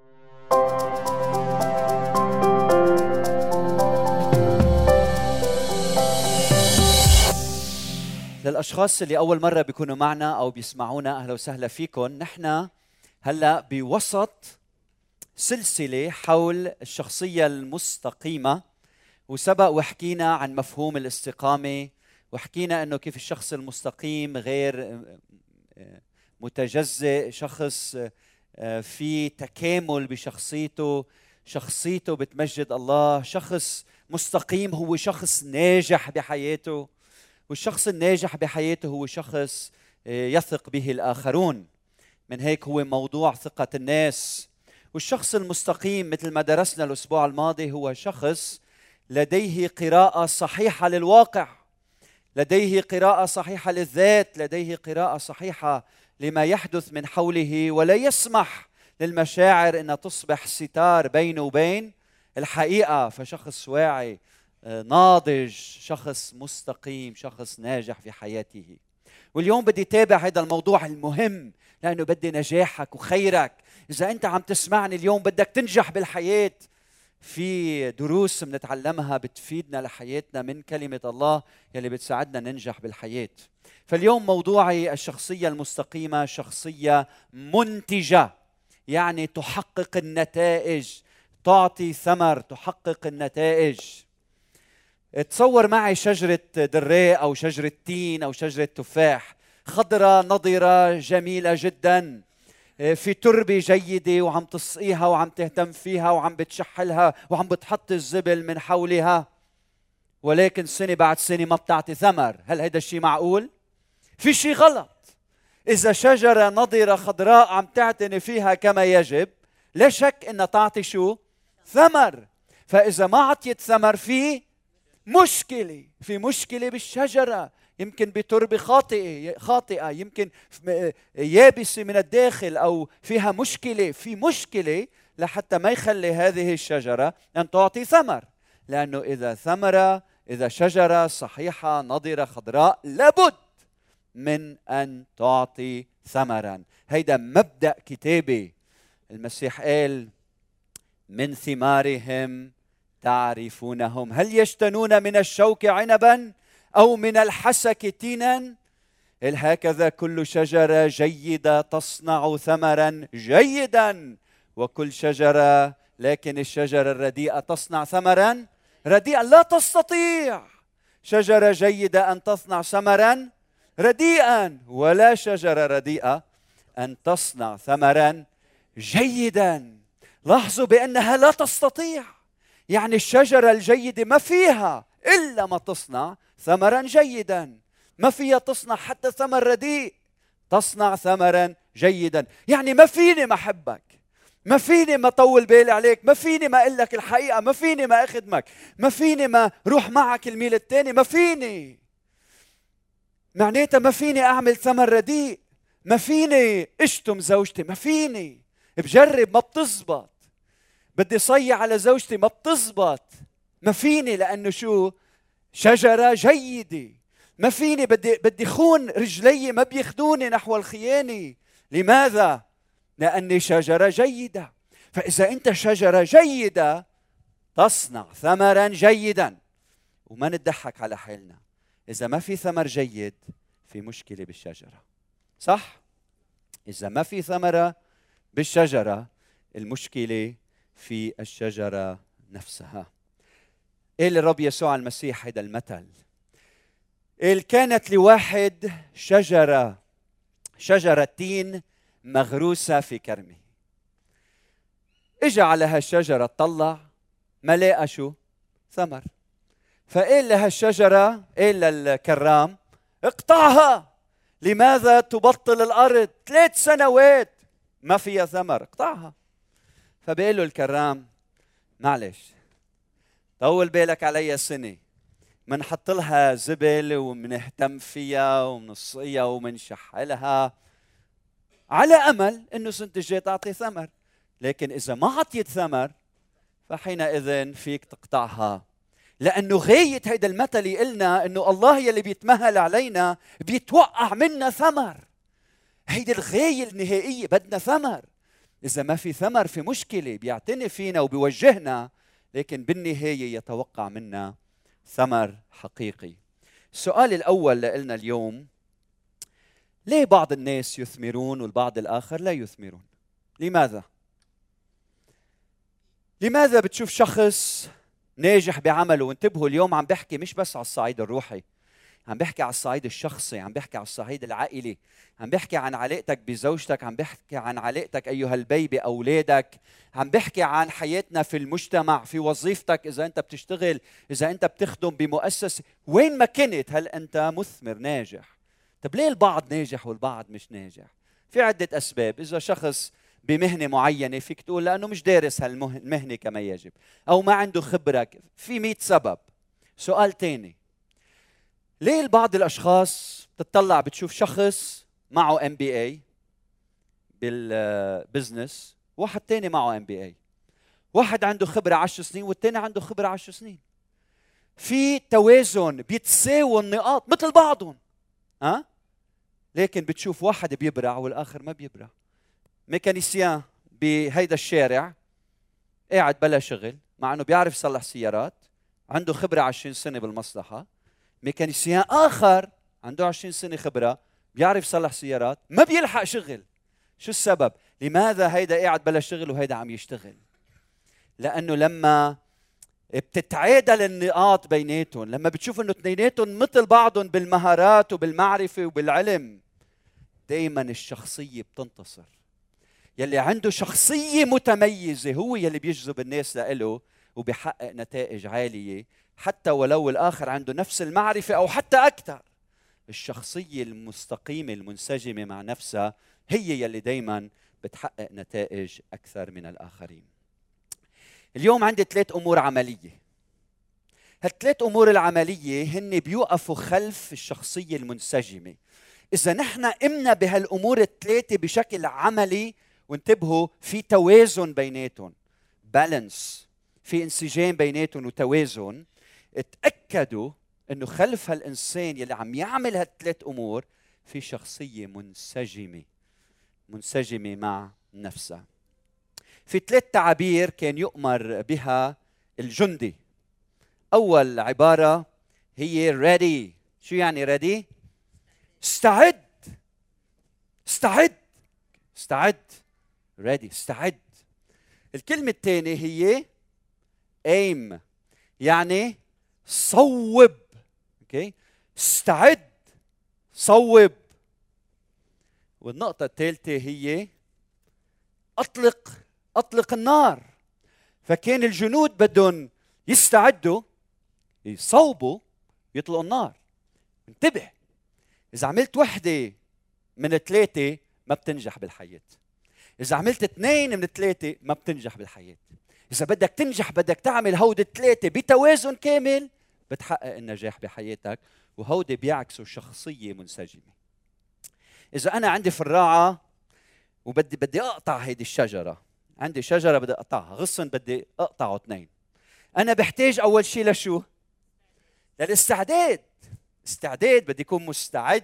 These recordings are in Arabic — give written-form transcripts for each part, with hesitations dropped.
للأشخاص اللي أول مرة بيكونوا معنا أو بيسمعونا، أهلا وسهلا فيكم. نحن هلأ بوسط سلسلة حول الشخصية المستقيمة، وسبق وحكينا عن مفهوم الاستقامة، وحكينا أنه كيف الشخص المستقيم غير متجزئ، شخص في تكامل بشخصيته، شخصيته بتمجد الله. شخص مستقيم هو شخص ناجح بحياته، والشخص الناجح بحياته هو شخص يثق به الآخرون، من هيك هو موضوع ثقة الناس. والشخص المستقيم مثل ما درسنا الأسبوع الماضي هو شخص لديه قراءة صحيحة للواقع، لديه قراءة صحيحة للذات، لديه قراءة صحيحة لما يحدث من حوله، ولا يسمح للمشاعر أن تصبح ستار بينه وبين الحقيقة. فشخص واعي، ناضج، شخص مستقيم، شخص ناجح في حياته. واليوم بدي تابع هذا الموضوع المهم لأنه بدي نجاحك وخيرك. إذا أنت عم تسمعني اليوم بدك تنجح بالحياة، في دروس بنتعلمها بتفيدنا لحياتنا من كلمة الله يلي بتساعدنا ننجح بالحياة. فاليوم موضوعي الشخصية المستقيمة، شخصية منتجة، يعني تحقق النتائج، تعطي ثمر، تحقق النتائج. تصور معي شجرة دراء أو شجرة تين أو شجرة تفاح، خضرة نضرة جميلة جدا، في تربة جيدة، وعم تسقيها وعم تهتم فيها وعم بتشحلها وعم بتحط الزبل من حولها، ولكن سنة بعد سنة ما بتعطي ثمر. هل هذا الشيء معقول؟ في شيء غلط. إذا شجرة نضرة خضراء عم تعتني فيها كما يجب، لا شك إنها تعطي شو؟ ثمر. فإذا ما عطيت ثمر في مشكلة بالشجرة، يمكن بتربة خاطئة، يمكن يابسة من الداخل، أو فيها مشكلة، في مشكلة لحتى ما يخلي هذه الشجرة أن تعطي ثمر. لأنه إذا شجرة صحيحة نضرة خضراء لابد من أن تعطي ثمرا. هيدا مبدأ كتابي. المسيح قال من ثمارهم تعرفونهم، هل يجتنون من الشوك عنبا أو من الحسك تينا؟ هكذا كل شجرة جيدة تصنع ثمرا جيدا، وكل شجرة، لكن الشجرة الرديئة تصنع ثمرا رديئا. لا تستطيع شجرة جيدة أن تصنع ثمرا رديئا، ولا شجرة رديئة أن تصنع ثمرا جيدا. لاحظوا بأنها لا تستطيع، يعني الشجرة الجيدة ما فيها إلا ما تصنع ثمرا جيدا، ما فيها تصنع حتى ثمر رديء، تصنع ثمرا جيدا. يعني ما فيني ما أحبك، ما فيني ما طول بالي عليك، ما فيني ما أقول لك الحقيقة، ما فيني ما أخدمك، ما فيني ما روح معك الميل الثاني، ما فيني، معناتها ما فيني أعمل ثمر رديء، ما فيني أشتم زوجتي، ما فيني بجرب ما بتزبط، بدي صيع على زوجتي ما بتزبط، ما فيني لأنه شو؟ شجرة جيدة. ما فيني، بدي خون رجلي ما بيخدوني نحو الخيانة. لماذا؟ لأني شجرة جيدة. فإذا أنت شجرة جيدة تصنع ثمرا جيدا. وما نضحك على حالنا، إذا ما في ثمر جيد في مشكلة بالشجرة، صح؟ إذا ما في ثمرة بالشجرة المشكلة في الشجرة نفسها. قال الرب يسوع المسيح هذا المثل، قال كانت لواحد شجرة تين مغروسة في كرمه. اجى على هالشجرة تطلع ما لقى شو؟ ثمر. فقال لها الشجرة، قال للكرام اقطعها. لماذا تبطل الأرض 3 سنوات ما فيها ثمر؟ اقطعها. فبقال له الكرام معلش طول بالك علي سنة، منحط لها زبل ومنهتم فيها ومنصقيها ومنشحلها على أمل إنه سنة الجاي تعطي ثمر، لكن إذا ما عطيت ثمر فحينئذ فيك تقطعها. لأنه غاية هيدا المثل يقلنا إنه الله يلي بيتمهل علينا بيتوقع منا ثمر. هيدي الغاية النهائية، بدنا ثمر. إذا ما في ثمر في مشكلة بيعتني فينا وبيوجهنا، لكن بالنهاية يتوقع منا ثمر حقيقي. السؤال الأول لنا اليوم: ليه بعض الناس يثمرون والبعض الآخر لا يثمرون؟ لماذا؟ لماذا بتشوف شخص ناجح بعمله؟ وانتبهوا، اليوم عم بحكي مش بس على الصعيد الروحي، عم بحكي على الصعيد الشخصي، عم بحكي على الصعيد العائلي، عم بحكي عن علاقتك بزوجتك، عم بحكي عن علاقتك أيها البي بأولادك، عم بحكي عن حياتنا في المجتمع، في وظيفتك، إذا أنت بتشتغل، إذا أنت بتخدم بمؤسسة، وين ما كنت، هل أنت مثمر ناجح؟ طب ليه البعض ناجح والبعض مش ناجح؟ في عدة أسباب. إذا شخص بمهنة معينة فيك تقول لأنه مش دارس هالمهنة كما يجب، أو ما عنده خبرة، في 100 سبب. سؤال تاني: ليه بعض الأشخاص بتطلع بتشوف شخص معه MBA بالبزنس، واحد تاني معه MBA، واحد عنده خبرة 10 سنين والتاني عنده خبرة 10 سنين، في توازن، بيتساووا النقاط مثل بعضهم، لكن بتشوف واحد بيبرع والآخر ما بيبرع. ميكانيسيان بهيدا الشارع قاعد بلا شغل، مع انه بيعرف يصلح سيارات، عنده خبرة 20 سنة بالمصلحة. ميكانيسيان آخر عنده 20 سنة خبرة، بيعرف يصلح سيارات، ما بيلحق شغل. شو السبب؟ لماذا هيدا قاعد بلا شغل وهيدا عم يشتغل؟ لأنه لما بتتعادل النقاط بيناتهم، لما بتشوف انه اثنيناتهم مثل بعضهم بالمهارات وبالمعرفة وبالعلم، دايما الشخصية بتنتصر. يلي عنده شخصية متميزة هو يلي بيجذب الناس لإله وبيحقق نتائج عالية، حتى ولو الآخر عنده نفس المعرفة أو حتى أكثر. الشخصية المستقيمة المنسجمة مع نفسها هي يلي دايما بتحقق نتائج أكثر من الآخرين. اليوم عندي 3 أمور عملية. هالثلاث أمور العملية هن بيوقفوا خلف الشخصية المنسجمة. إذا نحن قمنا بهالأمور الثلاثة بشكل عملي، وانتبهوا في توازن بيناتهم، بالانس، في انسجام بيناتهم وتوازن، اتأكدوا انه خلف هالإنسان يلي عم يعمل هالثلاث أمور في شخصية منسجمة مع نفسها. في 3 تعابير كان يؤمر بها الجندي. أول عبارة هي ready. شو يعني ready؟ استعد. استعد. استعد. ready. استعد. الكلمة الثانية هي aim، يعني صوب. اوكي؟ استعد. صوب. والنقطة الثالثة هي أطلق النار. فكان الجنود بدهم يستعدوا، يصوبوا، يطلقوا النار. انتبه، إذا عملت وحدة من 3 ما بتنجح بالحياة. إذا عملت 2 من 3 ما بتنجح بالحياة. إذا بدك تنجح بدك تعمل هودي 3 بتوازن كامل، بتحقق النجاح بحياتك. وهودي بيعكسوا شخصية منسجمة. إذا أنا عندي فراعة وبدي أقطع هيدي الشجرة، عندي شجرة بدي أقطعها، غصن بدي أقطعه 2، أنا بحتاج أول شيء لشو؟ للاستعداد. استعداد، بدي أكون مستعد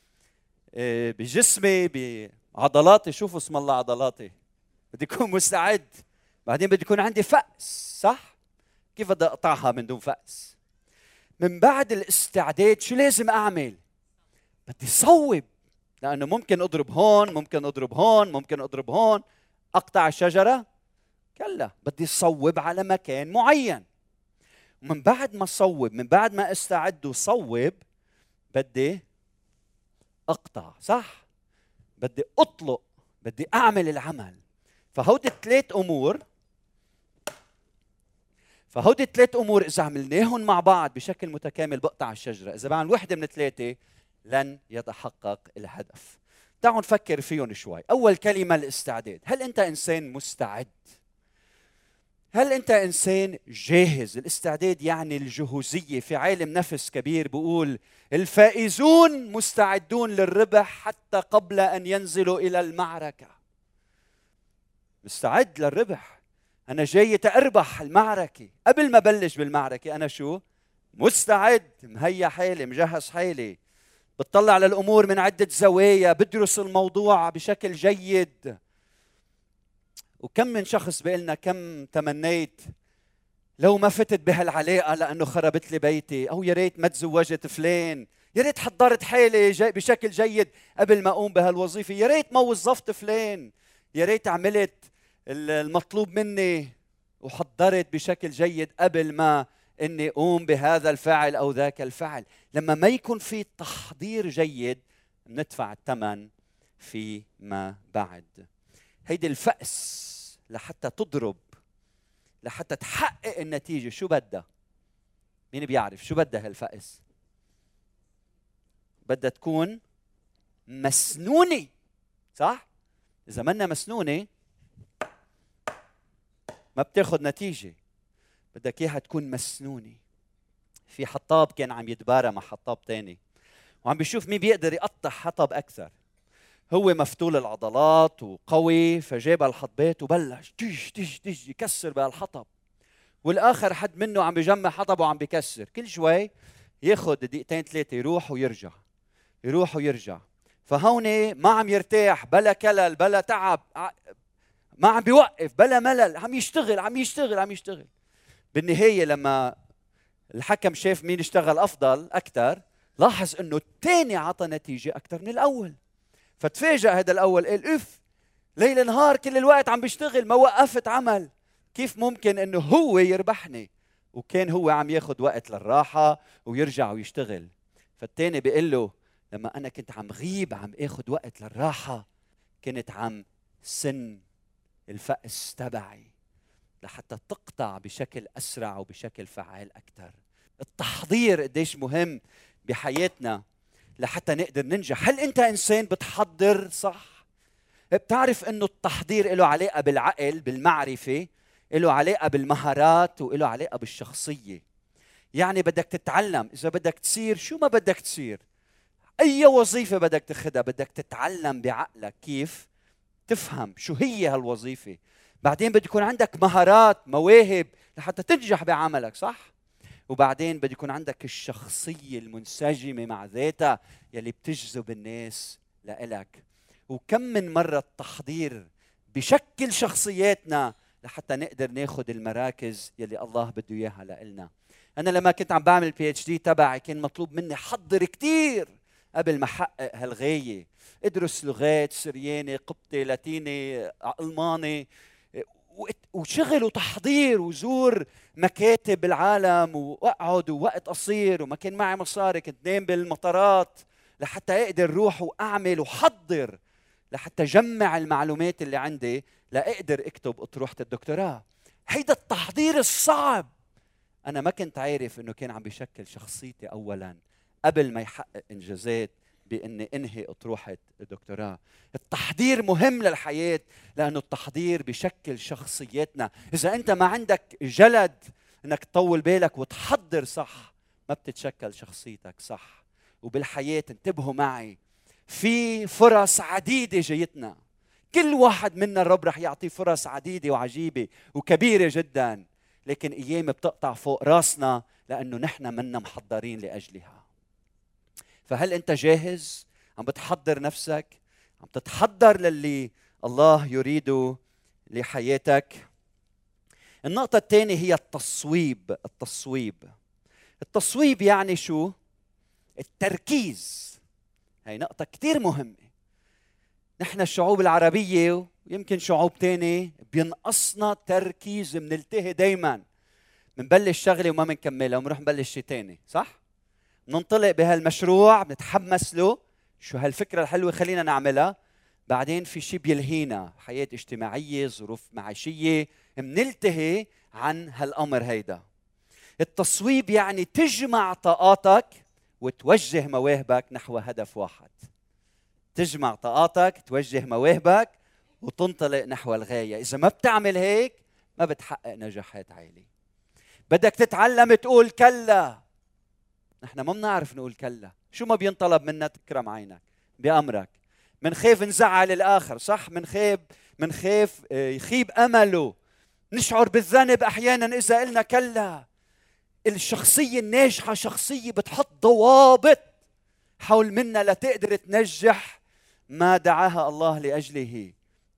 بجسمي بعضلاتي. شوفوا اسم الله عضلاتي، بدي أكون مستعد. بعدين بدي يكون عندي فأس، صح؟ كيف بدي أقطعها من دون فأس؟ من بعد الاستعداد شو لازم أعمل؟ بدي صوب، لأنه ممكن أضرب هون، ممكن أضرب هون، ممكن أضرب هون، أقطع الشجرة؟ كلا، بدي صوب على مكان معين. ومن بعد ما صوب، من بعد ما استعد وصوب، بدي أقطع، صح؟ بدي أطلق، بدي أعمل العمل. فهودي 3 أمور إذا عملناهم مع بعض بشكل متكامل بقطع الشجرة. إذا بعمل وحدة من 3 لن يتحقق الهدف. تعالوا نفكر فيهم شوي. أول كلمة الاستعداد. هل أنت إنسان مستعد؟ هل أنت إنسان جاهز؟ الاستعداد يعني الجهوزية. في عالم نفس كبير بيقول الفائزون مستعدون للربح حتى قبل أن ينزلوا إلى المعركة. مستعد للربح. أنا جاي أربح المعركة. قبل ما بلش بالمعركة أنا شو؟ مستعد، مهيأ حالي، مجهز حالي، بتطلع للأمور من عدة زوايا، بدرس الموضوع بشكل جيد. وكم من شخص بيقول لنا كم تمنيت لو ما فتت بهالعلاقة لأنه خربت لي بيتي، أو يا ريت ما تزوجت فلان، يا ريت حضرت حالي بشكل جيد قبل ما أقوم بهالوظيفة، يا ريت ما وظفت فلان، يا ريت عملت المطلوب مني وحضرت بشكل جيد قبل ما إني أقوم بهذا الفعل أو ذاك الفعل. لما ما يكون في تحضير جيد ندفع الثمن فيما بعد. هيدي الفأس لحتى تضرب، لحتى تحقق النتيجة شو بدها؟ مين بيعرف شو بدها هالفأس؟ بدها تكون مسنونة، صح؟ إذا منا مسنونة ما بتاخد نتيجة، بدك إياها تكون مسنونة. في حطاب كان عم يتبارى مع حطاب تاني وعم بيشوف مين بيقدر يقطع حطب أكثر. هو مفتول العضلات وقوي، فجاب الحطبات وبلش تش تش تش يكسر بهالحطب، والآخر حد منه عم بيجمع حطب وعم بيكسر. كل شوي ياخد دقيقتين ثلاثة يروح ويرجع، يروح ويرجع. فهون ما عم يرتاح، بلا كلل بلا تعب، ما عم بيوقف بلا ملل، عم يشتغل عم يشتغل عم يشتغل. بالنهاية لما الحكم شاف مين اشتغل أفضل أكثر، لاحظ إنه الثاني عطى نتيجة أكثر من الأول. فتفاجأ هذا الأول، قال أف ليل نهار كل الوقت عم بيشتغل ما وقفت عمل، كيف ممكن إنه هو يربحني؟ وكان هو عم ياخد وقت للراحة ويرجع ويشتغل. فالثاني بيقول له لما أنا كنت عم غيب عم اخد وقت للراحة كنت عم سن الفأس تبعي لحتى تقطع بشكل أسرع وبشكل فعال أكثر. التحضير قديش مهم بحياتنا لحتى نقدر ننجح. هل أنت إنسان بتحضر صح؟ بتعرف إنه التحضير له علاقة بالعقل، بالمعرفة، له علاقة بالمهارات، وله علاقة بالشخصية. يعني بدك تتعلم، إذا بدك تصير شو ما بدك تصير، أي وظيفة بدك تاخدها، بدك تتعلم بعقلك كيف تفهم شو هي هالوظيفة. بعدين بده يكون عندك مهارات، مواهب لحتى تنجح بعملك، صح؟ وبعدين بده يكون عندك الشخصية المنسجمة مع ذاتها يلي بتجذب الناس لإلك. وكم من مرة التحضير بشكل شخصياتنا لحتى نقدر ناخد المراكز يلي الله بده إياها لإلنا. أنا لما كنت عم بعمل PhD تبعي كان مطلوب مني حضر كتير قبل ما أحقق هالغاية. ادرس لغات، سرياني، قبطي، لاتيني، ألماني، وشغل وتحضير وزور مكاتب بالعالم واقعد ووقت قصير، وما كان معي مصاري، كنت نام بالمطارات لحتى اقدر روح واعمل وحضر لحتى جمع المعلومات اللي عندي لاقدر اكتب اطروحة الدكتوراه. هيدا التحضير الصعب انا ما كنت عارف انه كان عم بيشكل شخصيتي اولا قبل ما يحقق انجازات باني انهي اطروحة الدكتوراه. التحضير مهم للحياة لانه التحضير بشكل شخصيتنا. اذا انت ما عندك جلد انك تطول بالك وتحضر صح ما بتتشكل شخصيتك صح. وبالحياة انتبهوا معي، في فرص عديدة جايتنا، كل واحد منا الرب رح يعطيه فرص عديدة وعجيبة وكبيرة جدا، لكن ايام بتقطع فوق راسنا لانه نحن منا محضرين لاجلها. فهل انت جاهز؟ عم بتحضر نفسك؟ عم تتحضر للي الله يريده لحياتك؟ النقطة الثانية هي التصويب. التصويب يعني شو؟ التركيز. هي نقطة كتير مهمة. نحن الشعوب العربية ويمكن شعوب تانية بينقصنا تركيز، منلتهي دايما، منبلش شغلة وما منكملها ومنروح نبلش شيء تاني، صح؟ ننطلق بهالمشروع بنتحمس له، شو هالفكرة الحلوة خلينا نعملها، بعدين في شيء بيلهينا، حياة اجتماعية، ظروف معيشية، منلتهي عن هالأمر هيدا. التصويب يعني تجمع طاقاتك وتوجه مواهبك نحو هدف واحد. تجمع طاقاتك، توجه مواهبك وتنطلق نحو الغاية. إذا ما بتعمل هيك ما بتحقق نجاحات عالية. بدك تتعلم تقول كلا. نحن ما بنعرف نقول كلا، شو ما بينطلب منا تكرم عينك بأمرك. منخاف نزعل الآخر، صح؟ منخاف يخيب أمله، نشعر بالذنب أحيانا إذا قلنا كلا. الشخصية الناجحة شخصية بتحط ضوابط حول منا لتقدر تنجح ما دعاها الله لأجله.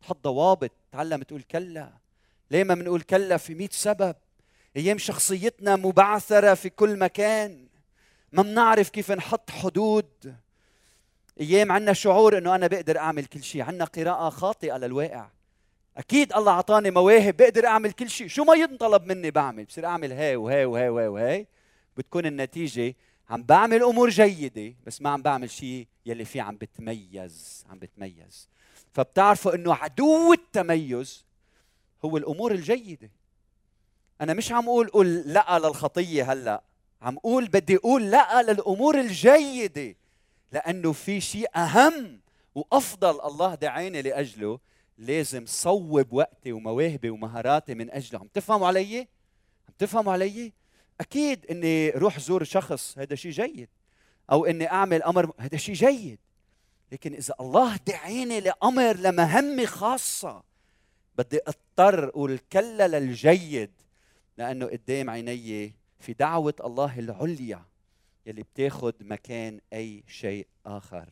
تحط ضوابط، تعلم تقول كلا. ليه ما بنقول كلا؟ في 100 سبب. ايام شخصيتنا مبعثرة في كل مكان، ما بنعرف كيف نحط حدود. ايام عنا شعور انه انا بقدر اعمل كل شيء، عنا قراءة خاطئة للواقع. اكيد الله اعطاني مواهب بقدر اعمل كل شيء، شو ما ينطلب مني بعمل، بصير اعمل هاي وهاي وهاي وهاي وهاي، بتكون النتيجة عم بعمل امور جيدة بس ما عم بعمل شيء يلي فيه عم بتميز. فبتعرفوا انه عدو التميز هو الامور الجيدة. انا مش عم قول لا للخطية هلا، عم قول بدي اقول لا للامور الجيدة، لانه في شيء اهم وافضل الله دعاني لاجله، لازم صوب وقتي ومواهبي ومهاراتي من اجله. عم تفهموا علي؟ اكيد اني روح زور شخص هذا شيء جيد، او اني اعمل امر هذا شيء جيد، لكن اذا الله دعاني لامر لمهمه خاصه بدي اضطر اقول كلا للجيد، لانه قدام عيني في دعوه الله العليا يلي بتاخذ مكان اي شيء اخر.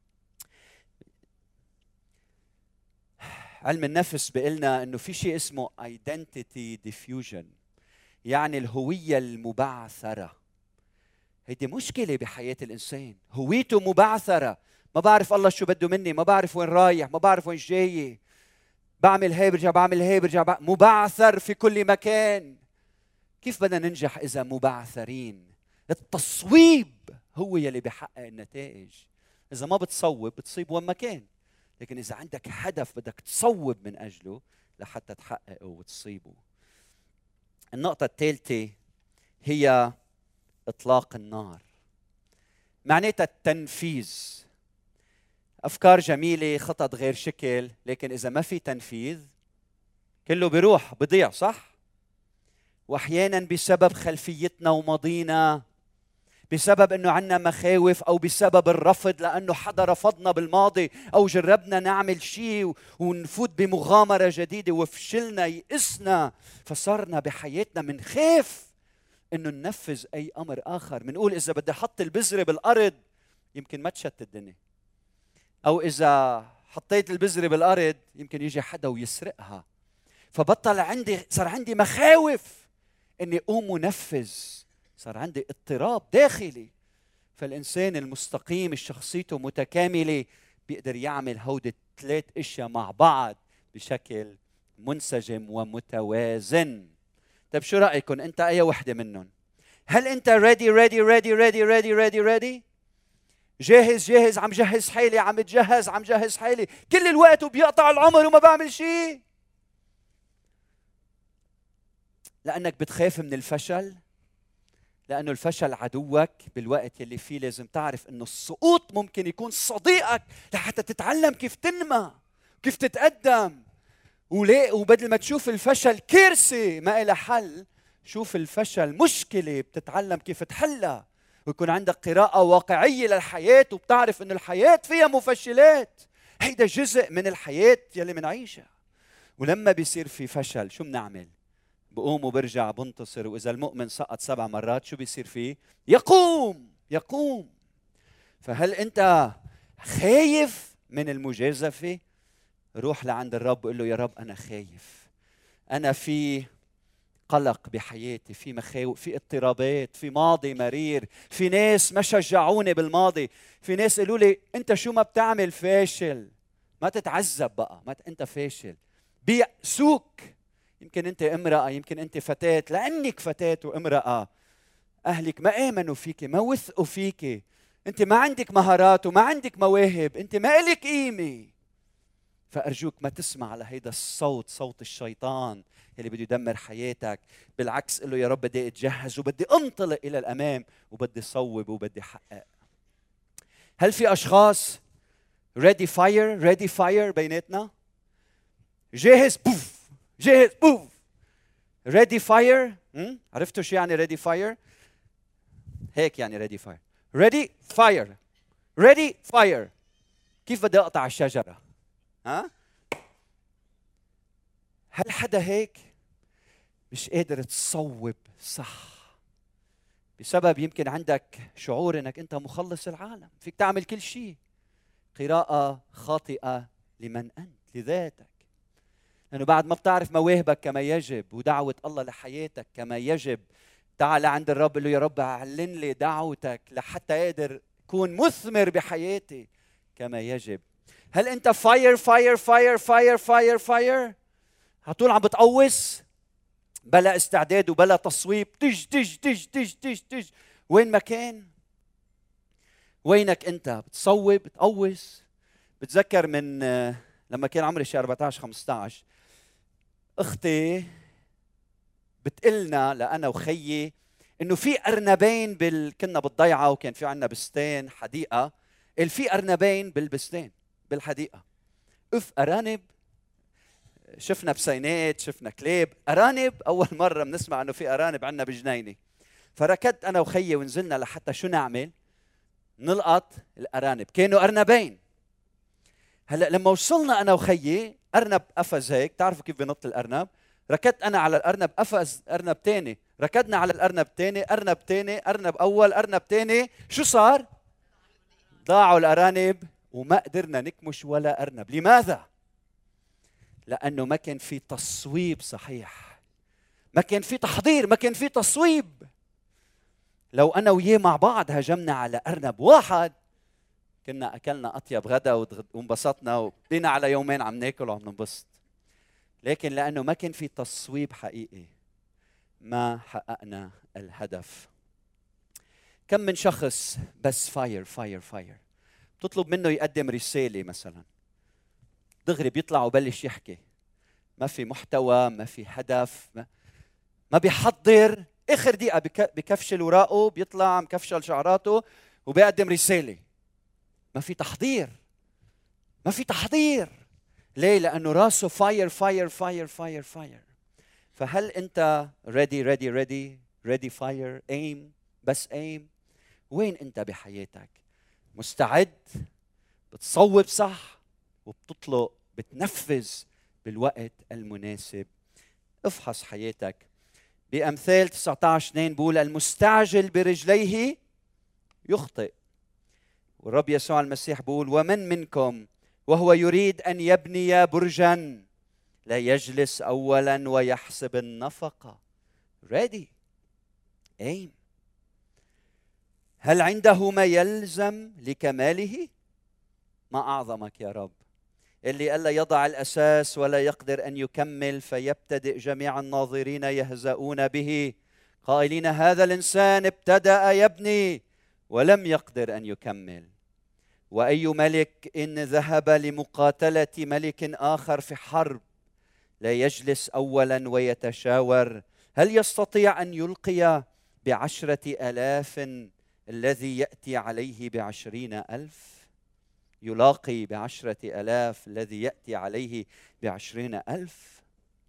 علم النفس بيقلنا انه في شيء اسمه identity diffusion، يعني الهوية المبعثرة. هيدي مشكلة بحياة الإنسان، هويته مبعثرة، ما بعرف الله شو بده مني، ما بعرف وين رايح، ما بعرف وين جاي، بعمل هاي برجع بعمل هاي برجع مبعثر في كل مكان. كيف بدنا ننجح إذا مبعثرين؟ التصويب هو يلي بيحقق النتائج. إذا ما بتصوب بتصيب وين مكان، لكن إذا عندك هدف بدك تصوب من أجله لحتى تحققه وتصيبه. النقطة الثالثة هي إطلاق النار، معناتها التنفيذ. أفكار جميلة، خطط غير شكل، لكن إذا ما في تنفيذ كله بيروح بضيع، صح؟ وأحيانا بسبب خلفيتنا وماضينا، بسبب أنه عنا مخاوف، أو بسبب الرفض لأنه حدا رفضنا بالماضي، أو جربنا نعمل شيء ونفوت بمغامرة جديدة وفشلنا يئسنا، فصرنا بحياتنا منخاف أنه ننفذ أي أمر آخر. منقول إذا بدي أحط البذرة بالأرض يمكن ما تشت الدنيا، أو إذا حطيت البذرة بالأرض يمكن يجي حدا ويسرقها. صار عندي مخاوف أني أقوم ونفذ، صار عندي اضطراب داخلي. فالإنسان المستقيم الشخصيته متكاملة بيقدر يعمل هودي الثلاث أشياء مع بعض بشكل منسجم ومتوازن. طيب شو رأيكم أنت أي وحدة منهم؟ هل أنت ready جاهز عم جهز حالي كل الوقت وبيقطع العمر وما بعمل شيء؟ لأنك بتخاف من الفشل، لأنه الفشل عدوك. بالوقت اللي فيه لازم تعرف أنه السقوط ممكن يكون صديقك لحتى تتعلم كيف تنمى، كيف تتقدم. وبدل ما تشوف الفشل كارثة ما إلها حل، شوف الفشل مشكلة بتتعلم كيف تحلها، ويكون عندك قراءة واقعية للحياة وبتعرف أن الحياة فيها مفشلات. هيدا جزء من الحياة يلي منعيشها. ولما بيصير في فشل شو بنعمل؟ بقوم وبرجع بنتصر. وإذا المؤمن سقط 7 مرات شو بيصير فيه؟ يقوم. فهل أنت خايف من المجازفة؟ روح لعند الرب وقل له يا رب أنا خايف، أنا في قلق بحياتي، في مخاوف، في اضطرابات، في ماضي مرير، في ناس ما شجعوني بالماضي، في ناس قالوا لي أنت شو ما بتعمل فاشل. ما تتعذب بقى، أنت فاشل، بيأسوك. يمكن أنت امرأة، يمكن أنت فتاة، لأنك فتاة وامرأة أهلك ما آمنوا فيك، ما وثقوا فيك، أنت ما عندك مهارات وما عندك مواهب، أنت ما إلك قيمة. فأرجوك ما تسمع على هيدا الصوت، صوت الشيطان اللي بده يدمر حياتك. بالعكس قل له يا رب بدي أتجهز وبدي أنطلق إلى الأمام وبدي صوب وبدي حقق. هل في أشخاص ready fire بيناتنا؟ جاهز بوف، جاهز بوف. ready fire، عرفتوا شو يعني ready fire؟ هيك يعني ready fire. ready fire. كيف بدي أقطع الشجرة؟ ها؟ هل حدا هيك؟ مش قادر تصوب صح بسبب يمكن عندك شعور انك انت مخلص العالم، فيك تعمل كل شيء. قراءة خاطئة لمن انت، لذاتك. لأنه بعد ما بتعرف مواهبك كما يجب ودعوة الله لحياتك كما يجب، تعال عند الرب قل له يا رب أعلن لي دعوتك لحتى أقدر أكون مثمر بحياتي كما يجب. هل أنت فاير فاير فاير فاير فاير فاير هطول عم بتقوس بلا استعداد وبلا تصويب، تج تج تج تج تج تج؟ وين ما كان، وينك أنت؟ بتصوب بتقوس. بتذكر من لما كان عمري شي 14 15 اختي بتقلنا لأنا وخيي انه في ارنبين كنا بالضيعه وكان في عندنا بستان حديقه، في ارنبين بالبستان بالحديقه. ارانب، شفنا بسينات شفنا كلاب، ارانب اول مره بنسمع انه في ارانب عندنا بجنينه. فركضت انا وخيي ونزلنا لحتى شو نعمل؟ نلقط الارانب. كانوا ارنبين. هلا لما وصلنا انا وخيي ارنب قفز هيك، تعرفوا كيف بنط الارنب؟ ركضت انا على الارنب، قفز ارنب ثاني، ركضنا على الارنب ثاني، ارنب ثاني، ارنب اول، ارنب ثاني. شو صار؟ ضاعوا الارانب وما قدرنا نكمش ولا ارنب. لماذا؟ لانه ما كان في تصويب صحيح، ما كان في تحضير، ما كان في تصويب. لو انا وياه مع بعض هجمنا على ارنب واحد كنا اكلنا اطيب غدا وانبسطنا وبدينا على يومين عم ناكل وعم ننبسط. لكن لانه ما كان في تصويب حقيقي ما حققنا الهدف. كم من شخص بس فاير فاير فاير، بتطلب منه يقدم رسالة مثلا، دغري بيطلع وبلش يحكي، ما في محتوى، ما في هدف، ما بيحضر. اخر دقيقة بكفشل وراقه، بيطلع مكفشل شعراته وبيقدم رسالة. ما في تحضير، ما في تحضير. ليه؟ لأنه راسه فاير فاير فاير فاير فاير. فهل أنت ready ready ready ready fire aim بس aim؟ وين أنت بحياتك؟ مستعد؟ بتصوب صح وبتطلق بتنفذ بالوقت المناسب. افحص حياتك. بأمثال 19:2 بقول المستعجل برجليه يخطئ. والرب يسوع المسيح بقول ومن منكم وهو يريد أن يبني برجاً لا يجلس أولاً ويحسب النفقة. ready aim. هل عنده ما يلزم لكماله؟ ما أعظمك يا رب اللي ألا يضع الأساس ولا يقدر أن يكمل، فيبتدئ جميع الناظرين يهزؤون به قائلين هذا الإنسان ابتدأ يبني ولم يقدر أن يكمل. وأي ملك إن ذهب لمقاتلة ملك آخر في حرب لا يجلس أولا ويتشاور هل يستطيع أن يلقي ب10,000 الذي يأتي عليه ب20,000؟ يلاقي ب10,000 الذي يأتي عليه ب20,000.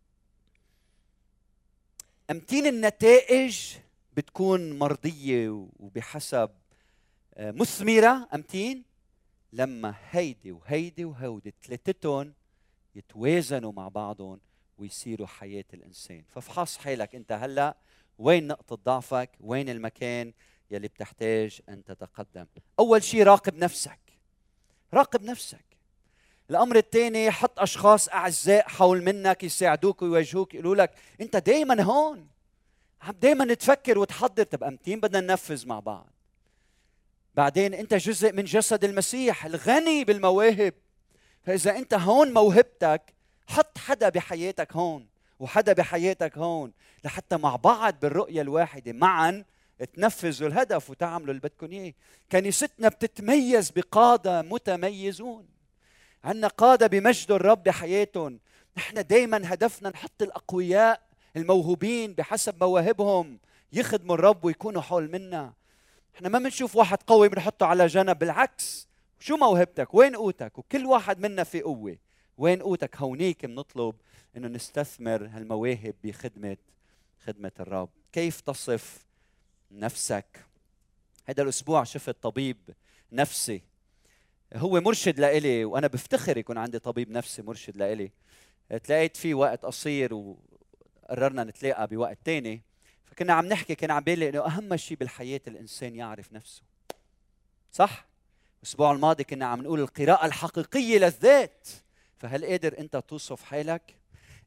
أمتين النتائج بتكون مرضية وبحسب مثمرة. أمتين لما هيدي وهيدي وهودي ثلاثتهم يتوازنوا مع بعضهم ويصيروا حياة الإنسان. فافحص حالك أنت هلأ، وين نقطة ضعفك؟ وين المكان يلي بتحتاج أن تتقدم؟ أول شيء راقب نفسك، راقب نفسك. الأمر الثاني حط أشخاص أعزاء حول منك يساعدوك ويوجهوك، يقولوا لك أنت دايما هون، عم دايما تفكر وتحضر. طب أمتين بدنا ننفذ مع بعض. بعدين أنت جزء من جسد المسيح الغني بالمواهب، فإذا أنت هون موهبتك حط حدا بحياتك هون وحدا بحياتك هون لحتى مع بعض بالرؤية الواحدة معا تنفذوا الهدف وتعملوا اللي بدكم إياه. كنيستنا بتتميز بقادة متميزون، عندنا قادة بمجد الرب بحياتهم. نحن دايما هدفنا نحط الأقوياء الموهوبين بحسب مواهبهم يخدموا الرب ويكونوا حول منا. احنا ما بنشوف واحد قوي بنحطه على جنب، بالعكس. شو موهبتك؟ وين قوتك؟ وكل واحد منا في قوة. وين قوتك؟ هونيك بنطلب انه نستثمر هالمواهب خدمة الرب. كيف تصف نفسك؟ هذا الأسبوع شفت طبيب نفسي، هو مرشد لإلي، وأنا بفتخر يكون عندي طبيب نفسي مرشد لإلي. تلاقيت فيه وقت قصير وقررنا نتلاقى بوقت تاني، فكنا عم نحكي، كان عم بالي إنه أهم شيء بالحياة الإنسان يعرف نفسه. صح؟ الأسبوع الماضي كنا عم نقول القراءة الحقيقية للذات. فهل قادر أنت توصف حالك؟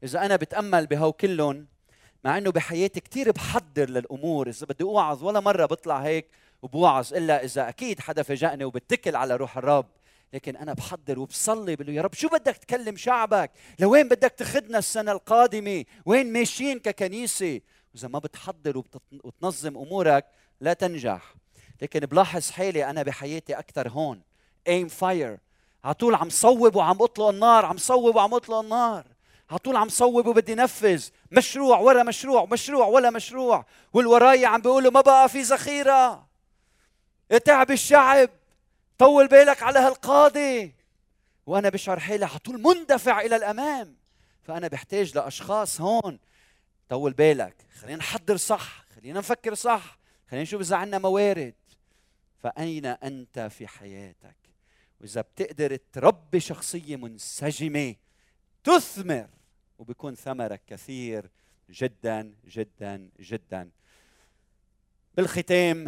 إذا أنا بتأمل بهو كلهم، مع إنه بحياتي كتير بحضر للأمور، إذا بدي أوعظ ولا مرة بطلع هيك وبوعظ إلا إذا أكيد حدا فاجأني وبتكل على روح الرب. لكن أنا بحضر وبصلي بقول له يا رب شو بدك تكلم شعبك؟ لوين بدك تاخذنا السنة القادمة؟ وين ماشيين ككنيسة؟ وإذا ما بتحضر وتنظم أمورك لا تنجح. لكن بلاحظ حالي أنا بحياتي أكثر هون aim fire، على طول عم صوب وعم أطلق النار، عم صوب وعم أطلق النار، على طول عم صوب وبدي نفذ مشروع ورا مشروع، مشروع ولا مشروع، والورايا عم بيقولوا ما بقى في ذخيرة، اتعب الشعب، طول بالك على هالقاضي. وأنا بشعر حالي على طول مندفع إلى الأمام. فأنا بحتاج لأشخاص هون طول بالك، خلينا نحضر صح، خلينا نفكر صح، خلينا نشوف إذا عندنا موارد. فأين أنت في حياتك؟ وإذا بتقدر تربي شخصية منسجمة تثمر، وبيكون ثمرك كثير جدا جدا جدا. بالختام،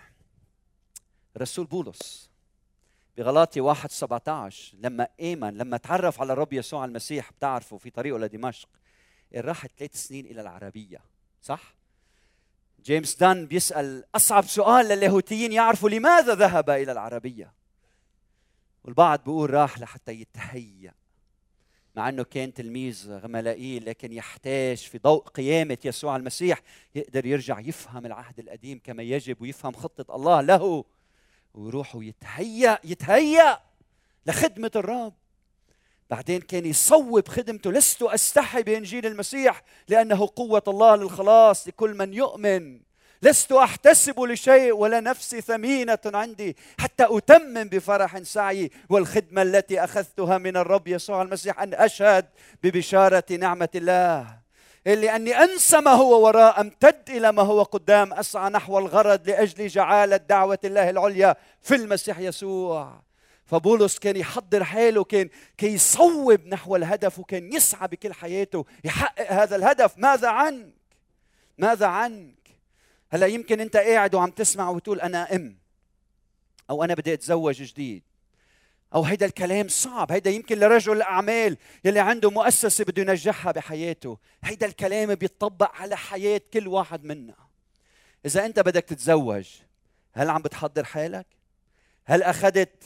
رسول بولس بغلاطي 1:17 لما آمن، لما تعرف على الرب يسوع المسيح، بتعرفوا في طريقه لدمشق راح 3 سنين إلى العربية، صح؟ جيمس دان بيسأل أصعب سؤال للاهوتيين يعرفوا لماذا ذهب إلى العربية، والبعض بيقول راح لحتى يتهيأ، مع أنه كان تلميذ غملائيل، لكن يحتاج في ضوء قيامة يسوع المسيح يقدر يرجع يفهم العهد القديم كما يجب ويفهم خطة الله له، ويروح يتهيأ لخدمة الرب. بعدين كان يصوب خدمته، لست أستحي بإنجيل المسيح لأنه قوة الله للخلاص لكل من يؤمن، لست أحتسب لشيء ولا نفسي ثمينة عندي حتى أتمم بفرح سعي والخدمة التي أخذتها من الرب يسوع المسيح أن أشهد ببشارة نعمة الله، اللي أني أنسى ما هو وراء، أمتد إلى ما هو قدام، أسعى نحو الغرض لأجل جعالة دعوة الله العليا في المسيح يسوع. فبولس كان يحضر حاله، كان يصوب نحو الهدف، وكان يسعى بكل حياته يحقق هذا الهدف. ماذا عنك؟ ماذا عنك؟ هلا يمكن أنت قاعد وعم تسمع وتقول أنا أو أنا بدي أتزوج جديد، أو هيدا الكلام صعب، هيدا يمكن لرجل الأعمال يلي عنده مؤسسة بده ينجحها بحياته، هيدا الكلام بيطبق على حياة كل واحد منا. إذا أنت بدك تتزوج، هل عم بتحضر حالك؟ هل أخذت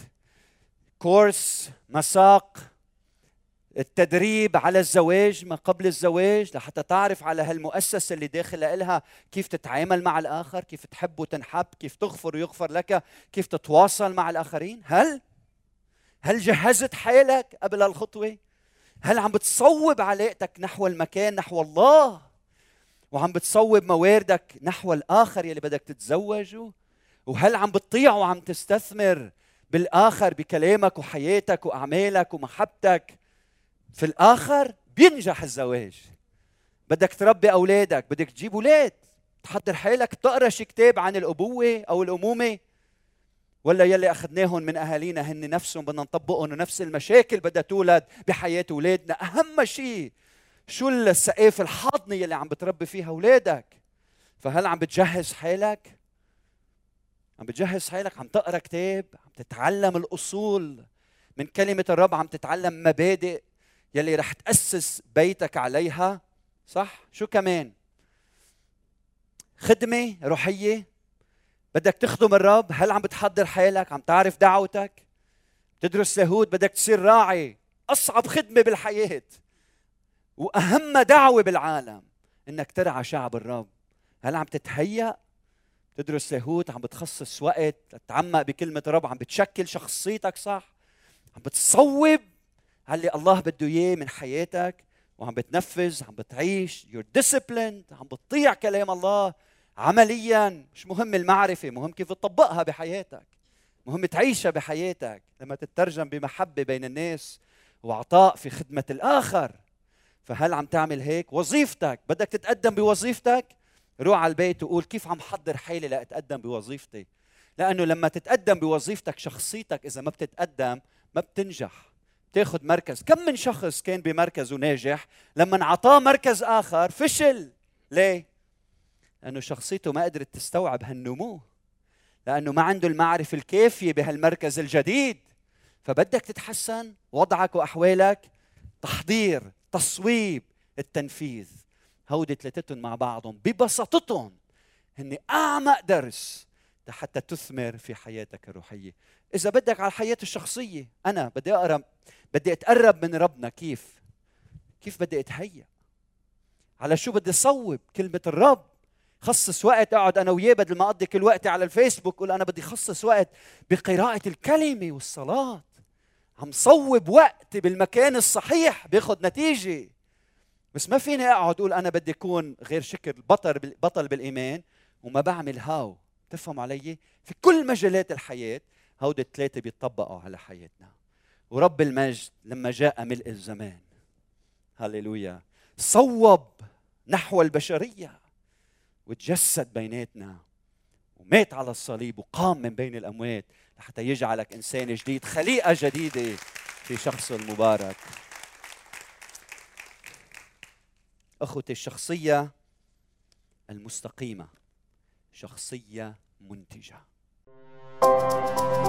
كورس مساق التدريب على الزواج ما قبل الزواج لحتى تعرف على هالمؤسسة اللي داخل إلها كيف تتعامل مع الآخر، كيف تحب وتنحب، كيف تغفر ويغفر لك، كيف تتواصل مع الآخرين؟ هل جهزت حالك قبل الخطوة؟ هل عم بتصوب علاقتك نحو المكان، نحو الله، وعم بتصوب مواردك نحو الآخر يلي بدك تتزوجه؟ وهل عم بتطيع وعم تستثمر بالآخر بكلامك وحياتك وأعمالك ومحبتك في الآخر؟ بينجح الزواج. بدك تربي أولادك، بدك تجيب أولاد، تحضر حالك تقرأ شي كتاب عن الأبوة أو الأمومة، ولا يلي أخذناهم من أهالينا هن نفسهم بدنا نطبقهم، ونفس المشاكل بدها تولد بحياة أولادنا. أهم شيء شو السقاف الحاضنة يلي عم بتربي فيها أولادك. فهل عم بتجهز حالك؟ عم بتجهز حالك، عم تقرأ كتاب، عم تتعلم الأصول من كلمة الرب، عم تتعلم مبادئ يلي رح تأسس بيتك عليها، صح؟ شو كمان؟ خدمة روحية، بدك تخدم الرب، هل عم بتحضر حالك؟ عم تعرف دعوتك؟ تدرس لاهوت، بدك تصير راعي، أصعب خدمة بالحياة وأهم دعوة بالعالم إنك ترعى شعب الرب. هل عم تتهيأ؟ تدرس لاهوت، عم بتخصص وقت تتعمق بكلمة الرب، عم بتشكل شخصيتك صح، عم بتصوب على اللي الله بده إياه من حياتك، وعم بتنفذ، عم بتعيش، you're disciplined، عم بتطيع كلام الله عملياً. مش مهم المعرفة، مهم كيف تطبقها بحياتك، مهم تعيشها بحياتك لما تترجم بمحبة بين الناس وعطاء في خدمة الآخر. فهل عم تعمل هيك؟ وظيفتك، بدك تتقدم بوظيفتك، روح على البيت وقول كيف عم حضر حالي لأتقدم بوظيفتي، لأنه لما تتقدم بوظيفتك شخصيتك إذا ما بتتقدم ما بتنجح، تاخد مركز. كم من شخص كان بمركز وناجح لما انعطاه مركز آخر فشل. ليه؟ لأنه شخصيته ما قدرت تستوعب هالنمو، لأنه ما عنده المعرفة الكافية بهالمركز الجديد. فبدك تتحسن وضعك وأحوالك، تحضير، تصويب، التنفيذ. هودي ثلاثتهم مع بعضهم ببساطتهم هن أعمق درس حتى تثمر في حياتك الروحية. إذا بدك على الحياة الشخصية، أنا بدي أتقرب من ربنا. كيف بدي أتهيأ؟ على شو بدي صوب كلمة الرب؟ خصص وقت أقعد أنا وياه بدل ما أقضي كل وقتي على الفيسبوك. قول أنا بدي خصص وقت بقراءة الكلمة والصلاة. عم صوب وقت بالمكان الصحيح بياخد نتيجة. بس ما فيني أقعد أقول أنا بدي أكون غير شكل بطل بالإيمان وما بعمل هاو. تفهم علي؟ في كل مجالات الحياة هودي الثلاثة بيطبقوا على حياتنا. ورب المجد لما جاء ملء الزمان، هاليلويا، صوب نحو البشرية وتجسد بيناتنا ومات على الصليب وقام من بين الأموات لحتى يجعلك إنسان جديد، خليقة جديدة في شخص المبارك. أخوتي، الشخصية المستقيمة شخصية منتجة.